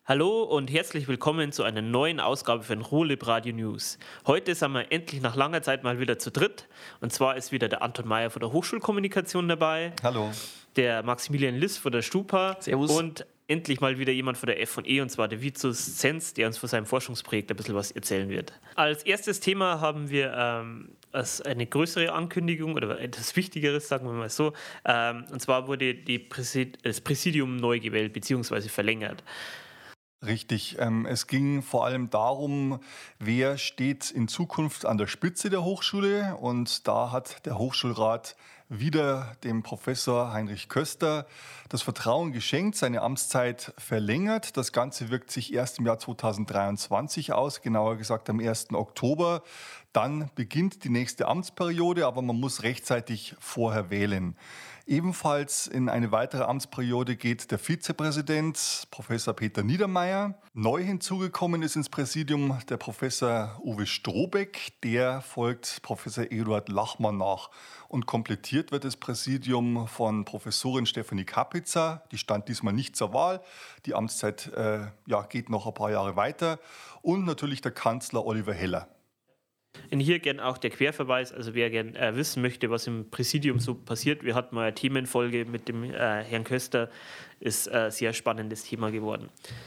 Hallo und herzlich willkommen zu einer neuen Ausgabe von RuhrLib Radio News. Heute sind wir endlich nach langer Zeit mal wieder zu dritt. Und zwar ist wieder der Anton Mayer von der Hochschulkommunikation dabei, Hallo. der Maximilian Liss von der Stupa Servus. und endlich mal wieder jemand von der F&E, und zwar der Vizus Zenz, der uns von seinem Forschungsprojekt ein bisschen was erzählen wird. Als erstes Thema haben wir als eine größere Ankündigung oder etwas Wichtigeres, sagen wir mal so. Und zwar wurde das Präsidium neu gewählt bzw. verlängert. Richtig. Es ging vor allem darum, wer steht in Zukunft an der Spitze der Hochschule. Und da hat der Hochschulrat wieder dem Professor Heinrich Köster das Vertrauen geschenkt, seine Amtszeit verlängert. Das Ganze wirkt sich erst im Jahr 2023 aus, genauer gesagt am 1. Oktober. Dann beginnt die nächste Amtsperiode, aber man muss rechtzeitig vorher wählen. Ebenfalls in eine weitere Amtsperiode geht der Vizepräsident, Professor Peter Niedermeyer. Neu hinzugekommen ist ins Präsidium der Professor Uwe Strohbeck. Der folgt Professor Eduard Lachmann nach. Und komplettiert wird das Präsidium von Professorin Stefanie Kapitzer. Die stand diesmal nicht zur Wahl. Die Amtszeit geht noch ein paar Jahre weiter. Und natürlich der Kanzler Oliver Heller. Und hier gern auch der Querverweis, also wer gern wissen möchte, was im Präsidium so passiert. Wir hatten mal eine Themenfolge mit dem Herrn Köster, ist ein sehr spannendes Thema geworden.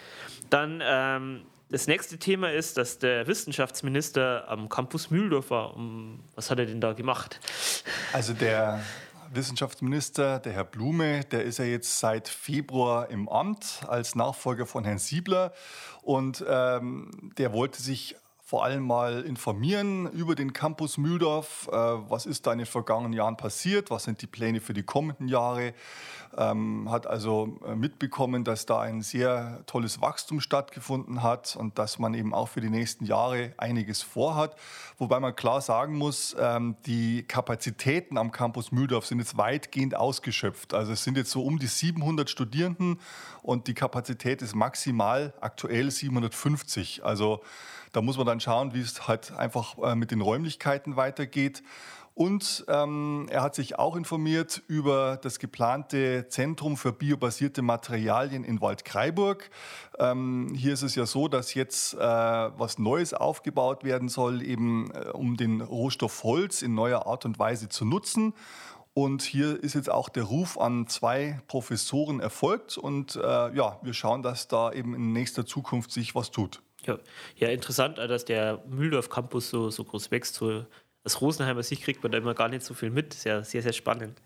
Dann das nächste Thema ist, dass der Wissenschaftsminister am Campus Mühldorf war. Was hat er denn da gemacht? Also der Wissenschaftsminister, der Herr Blume, der ist ja jetzt seit Februar im Amt als Nachfolger von Herrn Siebler und der wollte sich vor allem mal informieren über den Campus Mühldorf. Was ist da in den vergangenen Jahren passiert? Was sind die Pläne für die kommenden Jahre? Hat also mitbekommen, dass da ein sehr tolles Wachstum stattgefunden hat und dass man eben auch für die nächsten Jahre einiges vorhat. Wobei man klar sagen muss, die Kapazitäten am Campus Mühldorf sind jetzt weitgehend ausgeschöpft. Also es sind jetzt so um die 700 Studierenden und die Kapazität ist maximal aktuell 750. Also da muss man dann schauen, wie es halt einfach mit den Räumlichkeiten weitergeht. Und er hat sich auch informiert über das geplante Zentrum für biobasierte Materialien in Waldkraiburg. Hier ist es ja so, dass jetzt was Neues aufgebaut werden soll, eben um den Rohstoff Holz in neuer Art und Weise zu nutzen. Und hier ist jetzt auch der Ruf an 2 Professoren erfolgt. Und wir schauen, dass da eben in nächster Zukunft sich was tut. Ja, interessant, dass der Mühldorf-Campus so groß wächst. So, als Rosenheimer Sicht kriegt man da immer gar nicht so viel mit. Sehr, sehr, sehr spannend.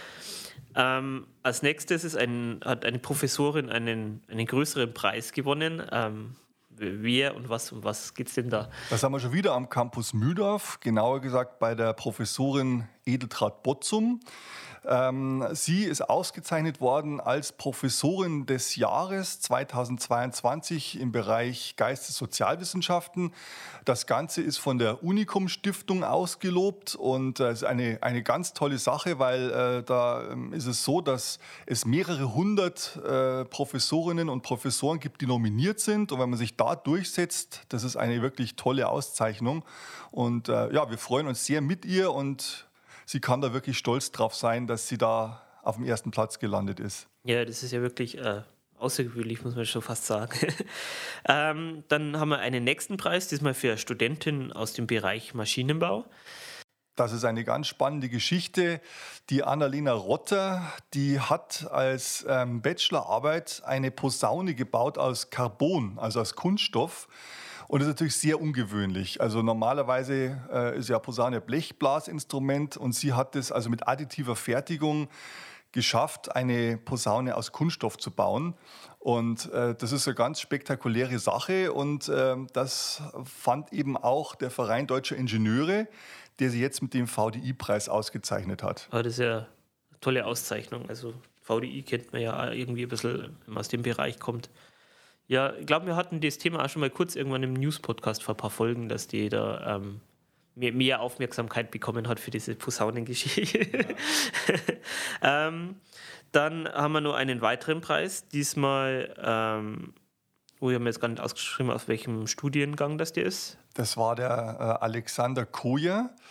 Als nächstes hat eine Professorin einen größeren Preis gewonnen. Wer und um was geht es denn da? Das haben wir schon wieder am Campus Mühldorf, genauer gesagt bei der Professorin Edeltraud Botzum. Sie ist ausgezeichnet worden als Professorin des Jahres 2022 im Bereich Geistessozialwissenschaften. Das Ganze ist von der Unicum Stiftung ausgelobt und ist eine ganz tolle Sache, weil da ist es so, dass es mehrere hundert Professorinnen und Professoren gibt, die nominiert sind. Und wenn man sich da durchsetzt, das ist eine wirklich tolle Auszeichnung. Und wir freuen uns sehr mit ihr und sie kann da wirklich stolz drauf sein, dass sie da auf dem ersten Platz gelandet ist. Ja, das ist ja wirklich außergewöhnlich, muss man schon fast sagen. Dann haben wir einen nächsten Preis, diesmal für Studentinnen aus dem Bereich Maschinenbau. Das ist eine ganz spannende Geschichte. Die Annalena Rotter, die hat als Bachelorarbeit eine Posaune gebaut aus Carbon, also aus Kunststoff. Und das ist natürlich sehr ungewöhnlich. Also normalerweise ist ja Posaune ein Blechblasinstrument und sie hat es also mit additiver Fertigung geschafft, eine Posaune aus Kunststoff zu bauen. Und das ist eine ganz spektakuläre Sache und das fand eben auch der Verein Deutscher Ingenieure, der sie jetzt mit dem VDI-Preis ausgezeichnet hat. Aber das ist ja eine tolle Auszeichnung. Also VDI kennt man ja irgendwie ein bisschen, wenn man aus dem Bereich kommt. Ja, ich glaube, wir hatten das Thema auch schon mal kurz irgendwann im News-Podcast vor ein paar Folgen, dass die da mehr Aufmerksamkeit bekommen hat für diese Posaunengeschichte. Ja. Dann haben wir noch einen weiteren Preis. Diesmal, haben wir jetzt gar nicht ausgeschrieben, aus welchem Studiengang das der ist. Das war der Alexander Koja.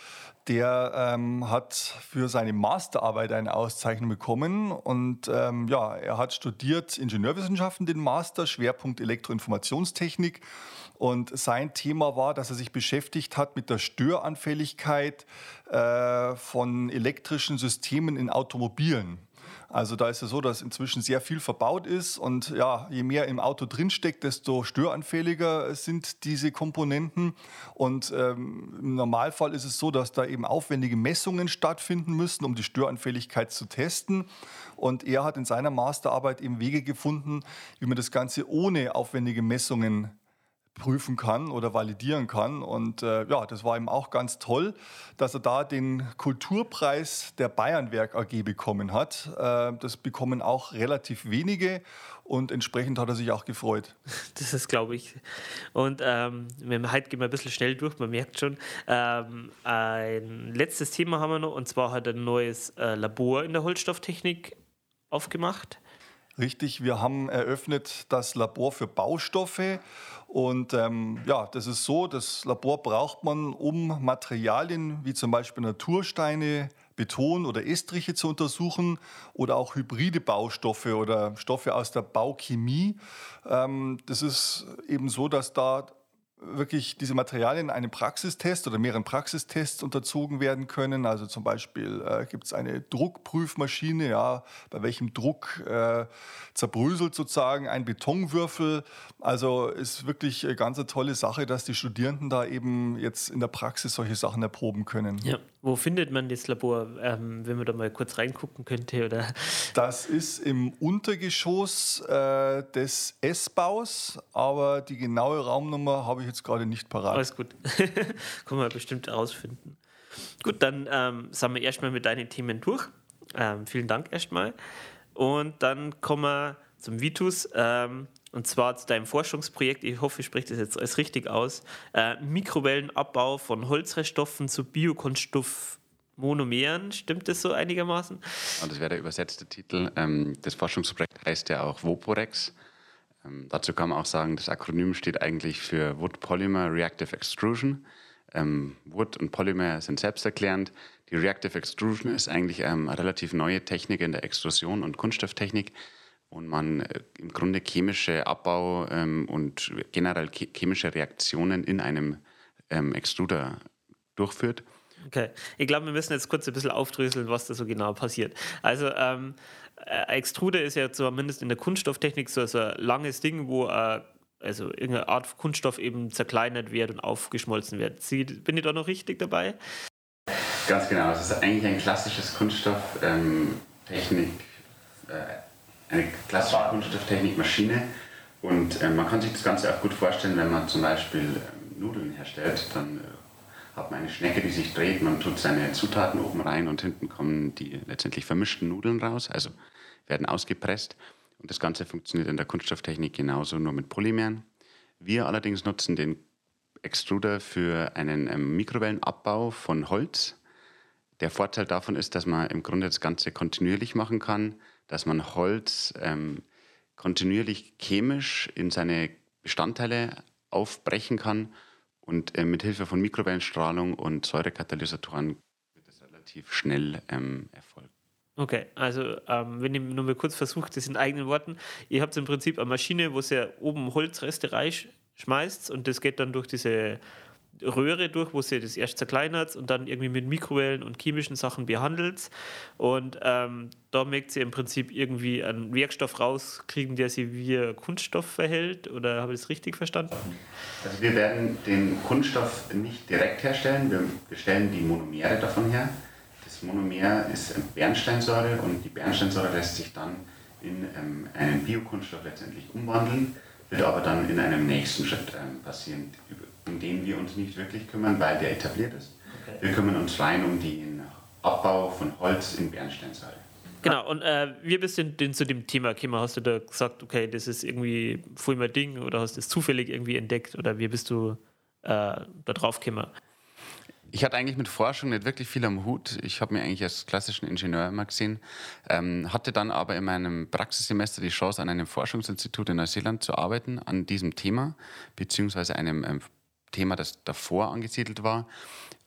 der hat für seine Masterarbeit eine Auszeichnung bekommen und er hat studiert Ingenieurwissenschaften, den Master, Schwerpunkt Elektroinformationstechnik. Und sein Thema war, dass er sich beschäftigt hat mit der Störanfälligkeit von elektrischen Systemen in Automobilen. Also da ist es so, dass inzwischen sehr viel verbaut ist und ja, je mehr im Auto drinsteckt, desto störanfälliger sind diese Komponenten. Und im Normalfall ist es so, dass da eben aufwendige Messungen stattfinden müssen, um die Störanfälligkeit zu testen. Und er hat in seiner Masterarbeit eben Wege gefunden, wie man das Ganze ohne aufwendige Messungen prüfen kann oder validieren kann. Und das war ihm auch ganz toll, dass er da den Kulturpreis der Bayernwerk AG bekommen hat. Das bekommen auch relativ wenige und entsprechend hat er sich auch gefreut. Das ist, glaube ich. Und heute gehen wir ein bisschen schnell durch, man merkt schon. Ein letztes Thema haben wir noch, und zwar hat er ein neues Labor in der Holzstofftechnik aufgemacht. Richtig, wir haben eröffnet das Labor für Baustoffe und das ist so, das Labor braucht man, um Materialien wie zum Beispiel Natursteine, Beton oder Estriche zu untersuchen oder auch hybride Baustoffe oder Stoffe aus der Bauchemie. Das ist eben so, dass da wirklich diese Materialien einem Praxistest oder mehreren Praxistests unterzogen werden können. Also zum Beispiel gibt es eine Druckprüfmaschine, ja, bei welchem Druck zerbröselt sozusagen ein Betonwürfel. Also ist wirklich eine ganz tolle Sache, dass die Studierenden da eben jetzt in der Praxis solche Sachen erproben können. Ja. Wo findet man das Labor, wenn man da mal kurz reingucken könnte? Oder? Das ist im Untergeschoss des S-Baus, aber die genaue Raumnummer habe ich jetzt gerade nicht parat. Alles gut, kann man bestimmt herausfinden. Gut, dann sind wir erstmal mit deinen Themen durch. Vielen Dank erstmal. Und dann kommen wir zum Vitus. Und zwar zu deinem Forschungsprojekt, ich hoffe, ich spreche das jetzt alles richtig aus, Mikrowellenabbau von Holzreststoffen zu Biokunststoffmonomeren. Stimmt das so einigermaßen? Und das wäre der übersetzte Titel. Das Forschungsprojekt heißt ja auch WOPOREX. Dazu kann man auch sagen, das Akronym steht eigentlich für Wood Polymer Reactive Extrusion. Wood und Polymer sind selbsterklärend. Die Reactive Extrusion ist eigentlich eine relativ neue Technik in der Extrusion und Kunststofftechnik, und man im Grunde chemische Abbau und generell chemische Reaktionen in einem Extruder durchführt. Okay, ich glaube, wir müssen jetzt kurz ein bisschen aufdröseln, was da so genau passiert. Also Extruder ist ja zumindest in der Kunststofftechnik so ein langes Ding, wo irgendeine Art von Kunststoff eben zerkleinert wird und aufgeschmolzen wird. Bin ich da noch richtig dabei? Ganz genau, es ist eigentlich ein klassisches eine klassische Kunststofftechnikmaschine, und man kann sich das Ganze auch gut vorstellen, wenn man zum Beispiel Nudeln herstellt, dann hat man eine Schnecke, die sich dreht, man tut seine Zutaten oben rein und hinten kommen die letztendlich vermischten Nudeln raus, also werden ausgepresst, und das Ganze funktioniert in der Kunststofftechnik genauso, nur mit Polymeren. Wir allerdings nutzen den Extruder für einen Mikrowellenabbau von Holz. Der Vorteil davon ist, dass man im Grunde das Ganze kontinuierlich machen kann, dass man Holz kontinuierlich chemisch in seine Bestandteile aufbrechen kann, und mit Hilfe von Mikrowellenstrahlung und Säurekatalysatoren wird das relativ schnell erfolgen. Okay, also wenn ich nur mal kurz versuche, das in eigenen Worten, ihr habt im Prinzip eine Maschine, wo ihr oben Holzreste reinschmeißt und das geht dann durch diese Röhre durch, wo sie das erst zerkleinert und dann irgendwie mit Mikrowellen und chemischen Sachen behandelt. Und da mögt sie im Prinzip irgendwie einen Werkstoff rauskriegen, der sie wie Kunststoff verhält. Oder habe ich das richtig verstanden? Also wir werden den Kunststoff nicht direkt herstellen, wir stellen die Monomere davon her. Das Monomer ist Bernsteinsäure, und die Bernsteinsäure lässt sich dann in einen Biokunststoff letztendlich umwandeln, wird aber dann in einem nächsten Schritt passieren, um den wir uns nicht wirklich kümmern, weil der etabliert ist. Okay. Wir kümmern uns rein um den Abbau von Holz in Bernsteinsäure. Genau, und wie bist du denn zu dem Thema gekommen? Hast du da gesagt, okay, das ist irgendwie voll mein Ding, oder hast du es zufällig irgendwie entdeckt, oder wie bist du da drauf gekommen? Ich hatte eigentlich mit Forschung nicht wirklich viel am Hut. Ich habe mich eigentlich als klassischen Ingenieur immer gesehen, hatte dann aber in meinem Praxissemester die Chance, an einem Forschungsinstitut in Neuseeland zu arbeiten, an diesem Thema, beziehungsweise einem Thema, das davor angesiedelt war.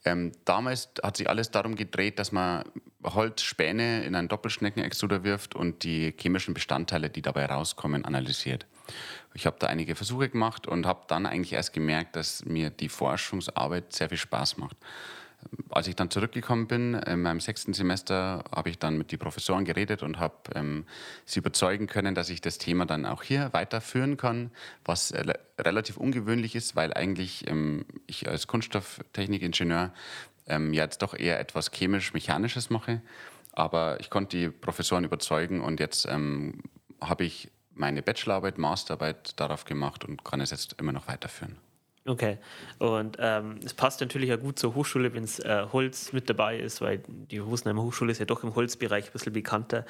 Damals hat sich alles darum gedreht, dass man Holzspäne in einen Doppelschneckenextruder wirft und die chemischen Bestandteile, die dabei rauskommen, analysiert. Ich habe da einige Versuche gemacht und habe dann eigentlich erst gemerkt, dass mir die Forschungsarbeit sehr viel Spaß macht. Als ich dann zurückgekommen bin, in meinem 6. Semester, habe ich dann mit den Professoren geredet und habe sie überzeugen können, dass ich das Thema dann auch hier weiterführen kann, was relativ ungewöhnlich ist, weil eigentlich ich als Kunststofftechnikingenieur jetzt doch eher etwas chemisch-mechanisches mache. Aber ich konnte die Professoren überzeugen und jetzt habe ich meine Bachelorarbeit, Masterarbeit darauf gemacht und kann es jetzt immer noch weiterführen. Okay, und es passt natürlich auch gut zur Hochschule, wenn es Holz mit dabei ist, weil die Rosenheimer Hochschule ist ja doch im Holzbereich ein bisschen bekannter.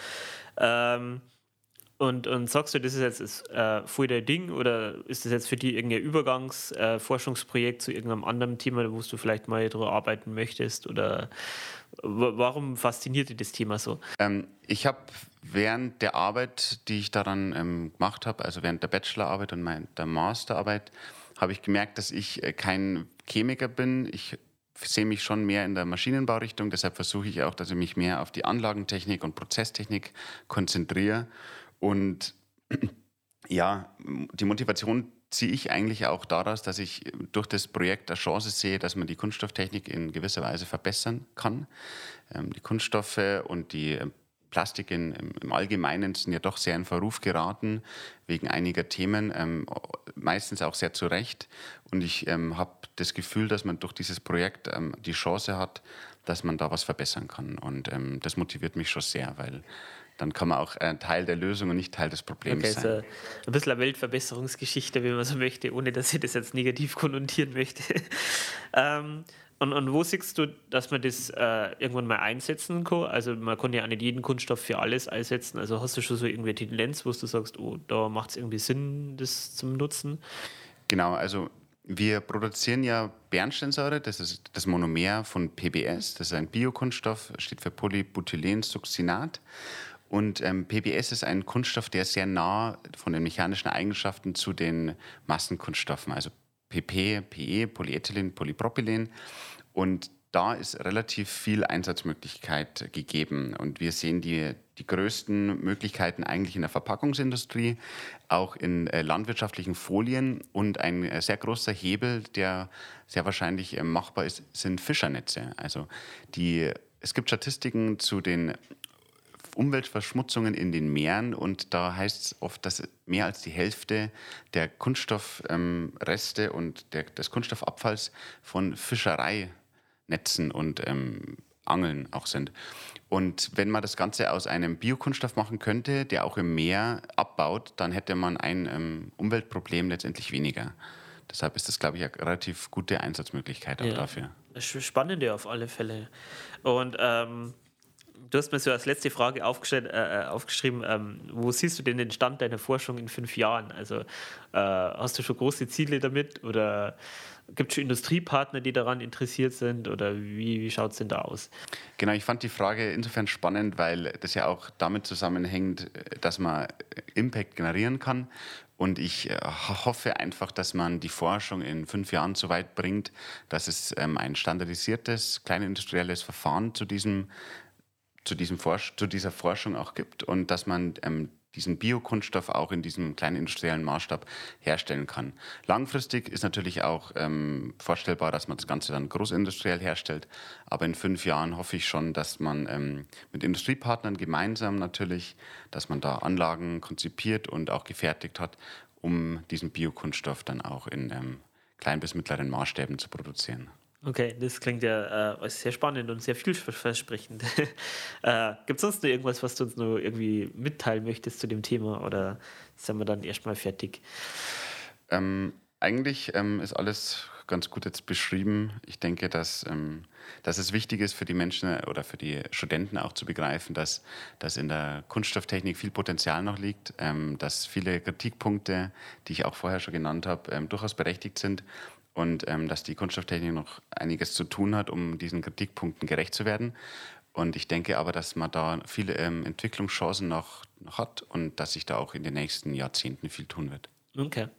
Und sagst du, das ist jetzt voll dein Ding oder ist das jetzt für dich irgendein Übergangsforschungsprojekt zu irgendeinem anderen Thema, wo du vielleicht mal drüber arbeiten möchtest? Oder warum fasziniert dich das Thema so? Ich habe während der Arbeit, die ich daran gemacht habe, also während der Bachelorarbeit und der Masterarbeit, habe ich gemerkt, dass ich kein Chemiker bin. Ich sehe mich schon mehr in der Maschinenbaurichtung, deshalb versuche ich auch, dass ich mich mehr auf die Anlagentechnik und Prozesstechnik konzentriere. Und ja, die Motivation ziehe ich eigentlich auch daraus, dass ich durch das Projekt eine Chance sehe, dass man die Kunststofftechnik in gewisser Weise verbessern kann. Die Kunststoffe und die Plastik im Allgemeinen sind ja doch sehr in Verruf geraten, wegen einiger Themen, meistens auch sehr zu Recht. Und ich habe das Gefühl, dass man durch dieses Projekt die Chance hat, dass man da was verbessern kann. Und das motiviert mich schon sehr, weil dann kann man auch Teil der Lösung und nicht Teil des Problems sein. Okay, so ein bisschen eine Weltverbesserungsgeschichte, wenn man so möchte, ohne dass ich das jetzt negativ konnotieren möchte. Und wo siehst du, dass man das irgendwann mal einsetzen kann? Also man kann ja auch nicht jeden Kunststoff für alles einsetzen. Also hast du schon so irgendwie Tendenz, wo du sagst, oh, da macht es irgendwie Sinn, das zum Nutzen? Genau, also wir produzieren ja Bernsteinsäure, das ist das Monomer von PBS, das ist ein Biokunststoff, steht für Polybutylensuccinat. Und PBS ist ein Kunststoff, der sehr nah von den mechanischen Eigenschaften zu den Massenkunststoffen, also PP, PE, Polyethylen, Polypropylen. Und da ist relativ viel Einsatzmöglichkeit gegeben. Und wir sehen die größten Möglichkeiten eigentlich in der Verpackungsindustrie, auch in landwirtschaftlichen Folien. Und ein sehr großer Hebel, der sehr wahrscheinlich machbar ist, sind Fischernetze. Also es gibt Statistiken zu den Umweltverschmutzungen in den Meeren und da heißt es oft, dass mehr als die Hälfte der Kunststoffreste und des Kunststoffabfalls von Fischereinetzen und Angeln auch sind. Und wenn man das Ganze aus einem Biokunststoff machen könnte, der auch im Meer abbaut, dann hätte man ein Umweltproblem letztendlich weniger. Deshalb ist das, glaube ich, eine relativ gute Einsatzmöglichkeit auch dafür. Spannend auf alle Fälle. Und du hast mir so als letzte Frage aufgeschrieben, wo siehst du denn den Stand deiner Forschung in 5 Jahren? Also hast du schon große Ziele damit oder gibt es schon Industriepartner, die daran interessiert sind oder wie schaut es denn da aus? Genau, ich fand die Frage insofern spannend, weil das ja auch damit zusammenhängt, dass man Impact generieren kann. Und ich hoffe einfach, dass man die Forschung in 5 Jahren so weit bringt, dass es ein standardisiertes, kleinindustrielles Verfahren zu dieser Forschung auch gibt und dass man diesen Biokunststoff auch in diesem kleinen industriellen Maßstab herstellen kann. Langfristig ist natürlich auch vorstellbar, dass man das Ganze dann großindustriell herstellt, aber in 5 Jahren hoffe ich schon, dass man mit Industriepartnern gemeinsam natürlich, dass man da Anlagen konzipiert und auch gefertigt hat, um diesen Biokunststoff dann auch in kleinen bis mittleren Maßstäben zu produzieren. Okay, das klingt ja sehr spannend und sehr vielversprechend. Gibt es sonst noch irgendwas, was du uns noch irgendwie mitteilen möchtest zu dem Thema oder sind wir dann erstmal fertig? Eigentlich ist alles ganz gut jetzt beschrieben. Ich denke, dass es wichtig ist für die Menschen oder für die Studenten auch zu begreifen, dass in der Kunststofftechnik viel Potenzial noch liegt, dass viele Kritikpunkte, die ich auch vorher schon genannt habe, durchaus berechtigt sind. Und dass die Kunststofftechnik noch einiges zu tun hat, um diesen Kritikpunkten gerecht zu werden. Und ich denke aber, dass man da viele Entwicklungschancen noch hat und dass sich da auch in den nächsten Jahrzehnten viel tun wird. Okay.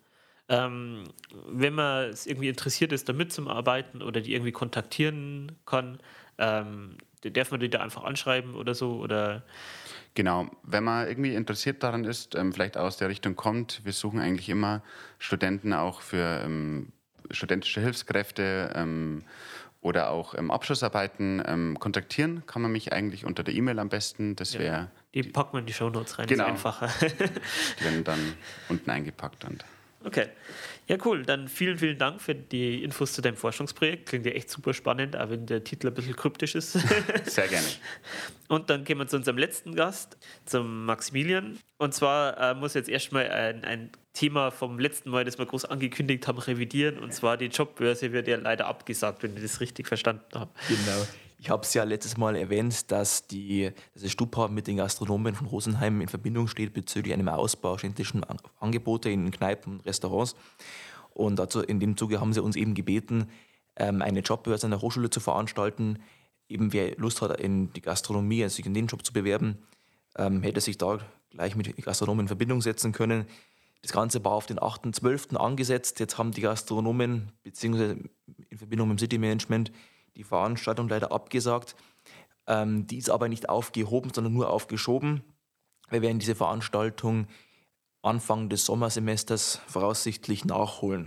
Wenn man es irgendwie interessiert ist, da mitzuarbeiten oder die irgendwie kontaktieren kann, darf man die da einfach anschreiben oder so? Oder? Genau, wenn man irgendwie interessiert daran ist, vielleicht aus der Richtung kommt, wir suchen eigentlich immer Studenten auch für studentische Hilfskräfte oder auch Abschlussarbeiten. Kontaktieren kann man mich eigentlich unter der E-Mail am besten. Das wäre. Die packen wir in die Shownotes rein, Genau. ist einfacher. Die werden dann unten eingepackt. Okay. Ja, cool. Dann vielen, vielen Dank für die Infos zu deinem Forschungsprojekt. Klingt ja echt super spannend, auch wenn der Titel ein bisschen kryptisch ist. Sehr gerne. Und dann gehen wir zu unserem letzten Gast, zum Maximilian. Und zwar muss jetzt erstmal ein Thema vom letzten Mal, das wir groß angekündigt haben, revidieren. Und zwar die Jobbörse wird ja leider abgesagt, wenn ich das richtig verstanden habe. Genau. Ich habe es ja letztes Mal erwähnt, dass das Stupa mit den Gastronomen von Rosenheim in Verbindung steht bezüglich einem Ausbau ständischen Angebote in Kneipen und Restaurants. Und dazu, in dem Zuge haben sie uns eben gebeten, eine Jobbörse an der Hochschule zu veranstalten. Eben wer Lust hat, in die Gastronomie, also sich in den Job zu bewerben, hätte sich da gleich mit Gastronomen in Verbindung setzen können. Das Ganze war auf den 8.12. angesetzt. Jetzt haben die Gastronomen beziehungsweise in Verbindung mit dem City Management die Veranstaltung leider abgesagt. Die ist aber nicht aufgehoben, sondern nur aufgeschoben. Wir werden diese Veranstaltung Anfang des Sommersemesters voraussichtlich nachholen.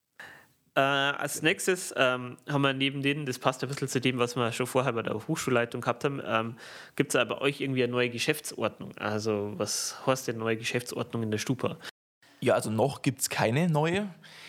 Als nächstes haben wir neben denen, das passt ein bisschen zu dem, was wir schon vorher bei der Hochschulleitung gehabt haben, gibt es bei euch irgendwie eine neue Geschäftsordnung? Also was heißt denn neue Geschäftsordnung in der Stupa? Ja, also noch gibt es keine neue.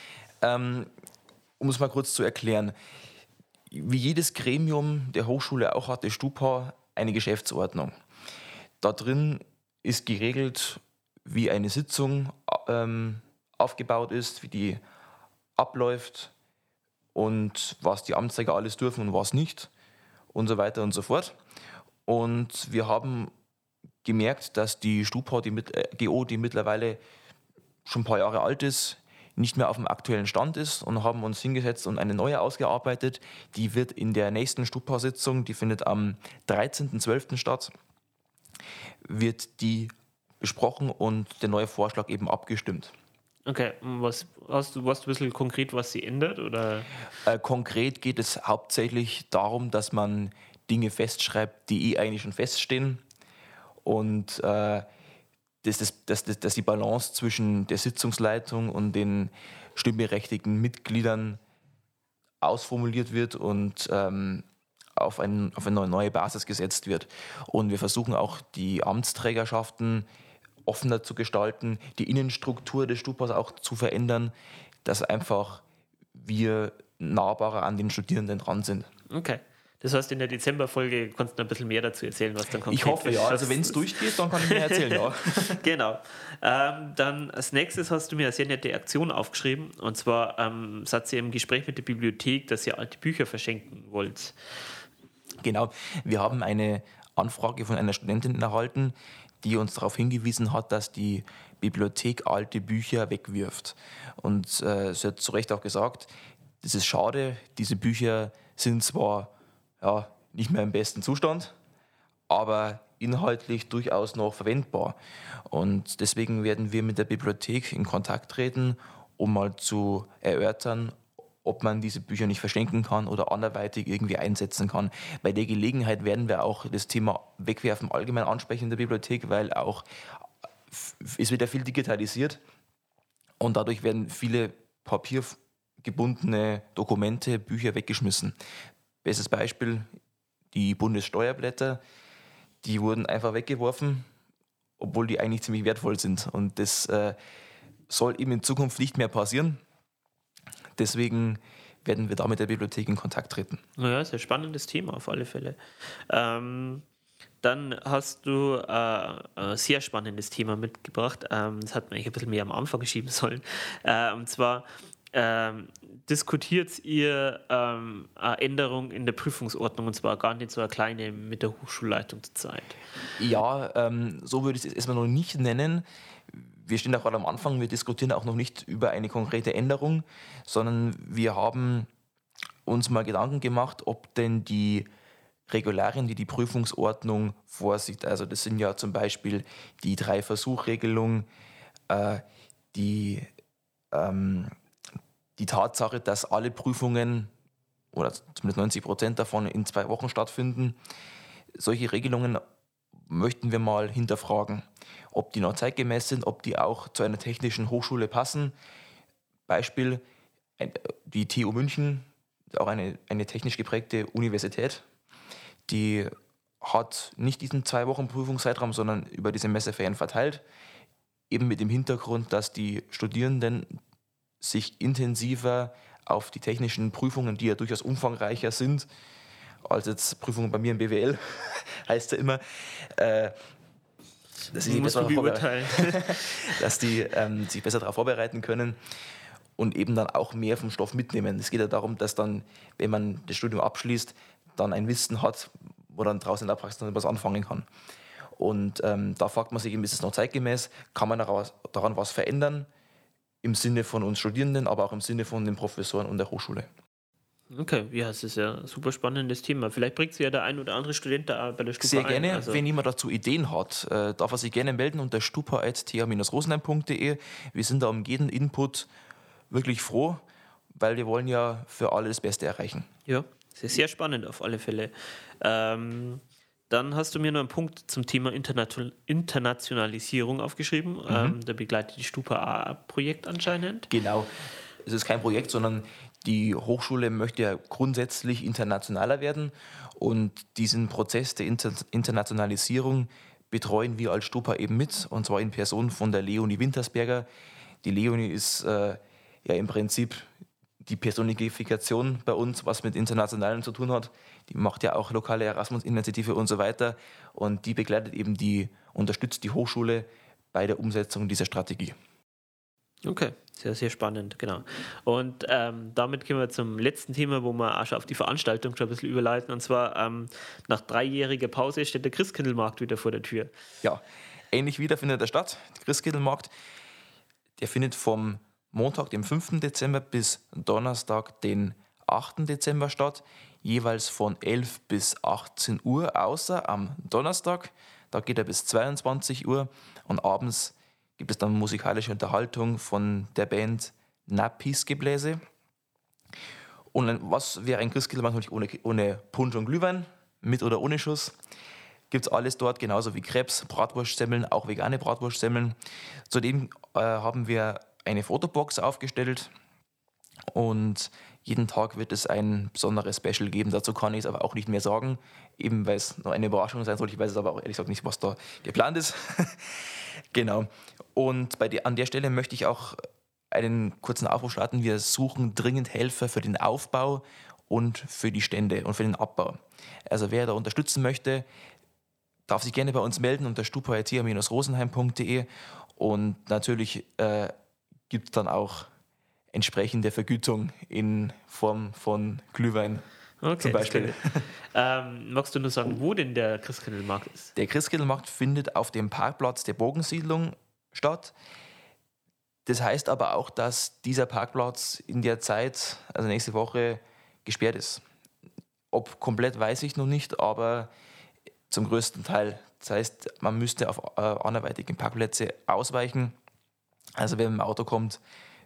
Um es mal kurz zu erklären. Wie jedes Gremium der Hochschule auch hat die Stupa eine Geschäftsordnung. Da drin ist geregelt, wie eine Sitzung aufgebaut ist, wie die abläuft und was die Amtsträger alles dürfen und was nicht und so weiter und so fort. Und wir haben gemerkt, dass die Stupa, die GO, die mittlerweile schon ein paar Jahre alt ist, nicht mehr auf dem aktuellen Stand ist und haben uns hingesetzt und eine neue ausgearbeitet. Die wird in der nächsten Stupa-Sitzung, die findet am 13.12. statt, wird die besprochen und der neue Vorschlag eben abgestimmt. Okay, weißt du ein bisschen konkret, was sie ändert? Oder? Konkret geht es hauptsächlich darum, dass man Dinge festschreibt, die eigentlich schon feststehen und dass die Balance zwischen der Sitzungsleitung und den stimmberechtigten Mitgliedern ausformuliert wird und auf eine neue Basis gesetzt wird. Und wir versuchen auch die Amtsträgerschaften offener zu gestalten, die Innenstruktur des Stupas auch zu verändern, dass einfach wir nahbarer an den Studierenden dran sind. Okay. Das heißt, in der Dezemberfolge kannst du ein bisschen mehr dazu erzählen, was dann konkret Ich hoffe, ja. Also wenn es durchgeht, dann kann ich mehr erzählen, ja. Genau. Dann als nächstes hast du mir eine sehr nette Aktion aufgeschrieben. Und zwar seid ihr im Gespräch mit der Bibliothek, dass ihr alte Bücher verschenken wollt. Genau. Wir haben eine Anfrage von einer Studentin erhalten, die uns darauf hingewiesen hat, dass die Bibliothek alte Bücher wegwirft. Und sie hat zu Recht auch gesagt, das ist schade, diese Bücher sind zwar nicht mehr im besten Zustand, aber inhaltlich durchaus noch verwendbar. Und deswegen werden wir mit der Bibliothek in Kontakt treten, um mal zu erörtern, ob man diese Bücher nicht verschenken kann oder anderweitig irgendwie einsetzen kann. Bei der Gelegenheit werden wir auch das Thema Wegwerfen allgemein ansprechen in der Bibliothek, weil auch es wird ja viel digitalisiert und dadurch werden viele papiergebundene Dokumente, Bücher weggeschmissen. Bestes Beispiel, die Bundessteuerblätter, die wurden einfach weggeworfen, obwohl die eigentlich ziemlich wertvoll sind. Und das soll eben in Zukunft nicht mehr passieren. Deswegen werden wir da mit der Bibliothek in Kontakt treten. Naja, ist ein spannendes Thema auf alle Fälle. Dann hast du ein sehr spannendes Thema mitgebracht. Das hat man eigentlich ein bisschen mehr am Anfang schieben sollen. Und zwar diskutiert ihr eine Änderung in der Prüfungsordnung, und zwar gar nicht so eine kleine mit der Hochschulleitung zur Zeit. Ja, so würde ich es erstmal noch nicht nennen. Wir stehen auch gerade am Anfang, wir diskutieren auch noch nicht über eine konkrete Änderung, sondern wir haben uns mal Gedanken gemacht, ob denn die Regularien, die die Prüfungsordnung vorsieht, also das sind ja zum Beispiel die 3-Versuch-Regelung, die die Tatsache, dass alle Prüfungen oder zumindest 90% davon in 2 Wochen stattfinden. Solche Regelungen möchten wir mal hinterfragen, ob die noch zeitgemäß sind, ob die auch zu einer technischen Hochschule passen. Beispiel, die TU München, auch eine technisch geprägte Universität, die hat nicht diesen 2 Wochen Prüfungszeitraum, sondern über die Semesterferien verteilt, eben mit dem Hintergrund, dass die Studierenden sich intensiver auf die technischen Prüfungen, die ja durchaus umfangreicher sind, als jetzt Prüfungen bei mir im BWL, heißt ja immer, dass sie sich besser darauf vorbereiten können und eben dann auch mehr vom Stoff mitnehmen. Es geht ja darum, dass dann, wenn man das Studium abschließt, dann ein Wissen hat, wo dann draußen in der Praxis noch was anfangen kann. Und da fragt man sich eben, ist es noch zeitgemäß? Kann man daran was verändern? Im Sinne von uns Studierenden, aber auch im Sinne von den Professoren und der Hochschule. Okay, ja, es ist ja ein super spannendes Thema. Vielleicht bringt sich ja der ein oder andere Student da bei der Stupa sehr gerne, ein. Also wenn jemand dazu Ideen hat, darf er sich gerne melden unter stupa@th-rosenheim.de. Wir sind da um jeden Input wirklich froh, weil wir wollen ja für alle das Beste erreichen. Ja, es ist sehr spannend auf alle Fälle. Dann hast du mir noch einen Punkt zum Thema Internationalisierung aufgeschrieben. Da begleitet die Stupa ein Projekt anscheinend. Genau. Es ist kein Projekt, sondern die Hochschule möchte ja grundsätzlich internationaler werden. Und diesen Prozess der Internationalisierung betreuen wir als Stupa eben mit. Und zwar in Person von der Leonie Wintersberger. Die Leonie ist ja im Prinzip die Personifikation bei uns, was mit Internationalen zu tun hat. Die macht ja auch lokale Erasmus-Initiative und so weiter. Und die begleitet eben unterstützt die Hochschule bei der Umsetzung dieser Strategie. Okay, sehr, sehr spannend, genau. Und damit kommen wir zum letzten Thema, wo wir auch schon auf die Veranstaltung schon ein bisschen überleiten. Und zwar nach 3-jähriger Pause steht der Christkindlmarkt wieder vor der Tür. Ja, ähnlich wieder findet er statt. Der Christkindlmarkt, der findet vom Montag, dem 5. Dezember bis Donnerstag, den 8. Dezember statt, jeweils von 11 bis 18 Uhr, außer am Donnerstag, da geht er bis 22 Uhr und abends gibt es dann musikalische Unterhaltung von der Band Nappis Gebläse. Und was wäre ein Christkindlmarkt natürlich ohne Punsch und Glühwein, mit oder ohne Schuss? Gibt es alles dort, genauso wie Crepes, Bratwurstsemmeln, auch vegane Bratwurstsemmeln. Zudem haben wir eine Fotobox aufgestellt und jeden Tag wird es ein besonderes Special geben. Dazu kann ich es aber auch nicht mehr sagen, eben weil es noch eine Überraschung sein soll. Ich weiß es aber auch ehrlich gesagt nicht, was da geplant ist. Genau. Und an der Stelle möchte ich auch einen kurzen Aufruf starten. Wir suchen dringend Helfer für den Aufbau und für die Stände und für den Abbau. Also wer da unterstützen möchte, darf sich gerne bei uns melden unter stupa@th-rosenheim.de und natürlich gibt es dann auch entsprechende Vergütung in Form von Glühwein zum Beispiel. Magst du nur sagen, wo denn der Christkindlmarkt ist? Der Christkindlmarkt findet auf dem Parkplatz der Bogensiedlung statt. Das heißt aber auch, dass dieser Parkplatz in der Zeit, also nächste Woche, gesperrt ist. Ob komplett, weiß ich noch nicht, aber zum größten Teil. Das heißt, man müsste auf anderweitige Parkplätze ausweichen. Also wenn man im Auto kommt,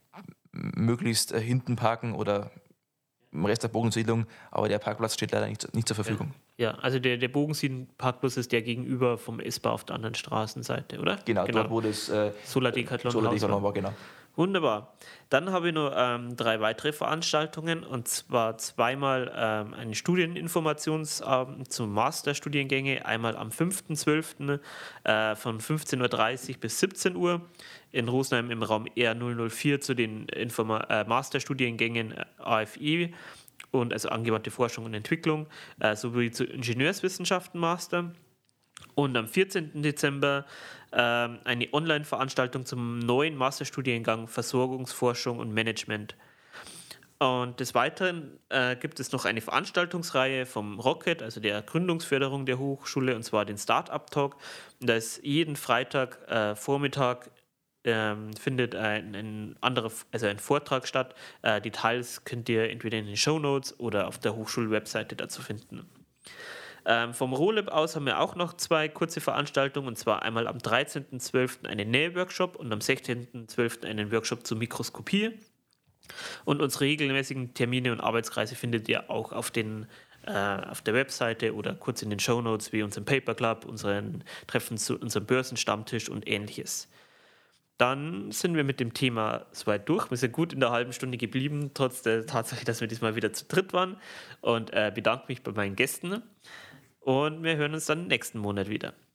möglichst hinten parken oder im Rest der Bogensiedlung, aber der Parkplatz steht leider nicht zur Verfügung. Ja, also der Bogensiedlung-Parkplatz ist der gegenüber vom S-Bahn auf der anderen Straßenseite, oder? Genau, dort wo das Solar Decathlon war, genau. Wunderbar. Dann habe ich noch 3 weitere Veranstaltungen, und zwar zweimal einen Studieninformationsabend zu Masterstudiengänge, einmal am 5.12. Von 15.30 Uhr bis 17 Uhr in Rosenheim im Raum R004 zu den Masterstudiengängen AFI und also angewandte Forschung und Entwicklung sowie zu Ingenieurswissenschaften Master. Und am 14. Dezember eine Online-Veranstaltung zum neuen Masterstudiengang Versorgungsforschung und Management. Und des Weiteren gibt es noch eine Veranstaltungsreihe vom Rocket, also der Gründungsförderung der Hochschule, und zwar den Start-up-Talk. Da ist jeden Freitag Vormittag findet ein Vortrag statt. Details könnt ihr entweder in den Shownotes oder auf der Hochschulwebseite dazu finden. Vom Rolab aus haben wir auch noch 2 kurze Veranstaltungen, und zwar einmal am 13.12. einen Nähworkshop und am 16.12. einen Workshop zur Mikroskopie. Und unsere regelmäßigen Termine und Arbeitskreise findet ihr auch auf der Webseite oder kurz in den Shownotes, wie unseren Paper Club, unseren Treffen zu unserem Börsenstammtisch und ähnliches. Dann sind wir mit dem Thema soweit durch. Wir sind gut in der halben Stunde geblieben, trotz der Tatsache, dass wir diesmal wieder zu dritt waren. Und bedanke mich bei meinen Gästen. Und wir hören uns dann nächsten Monat wieder.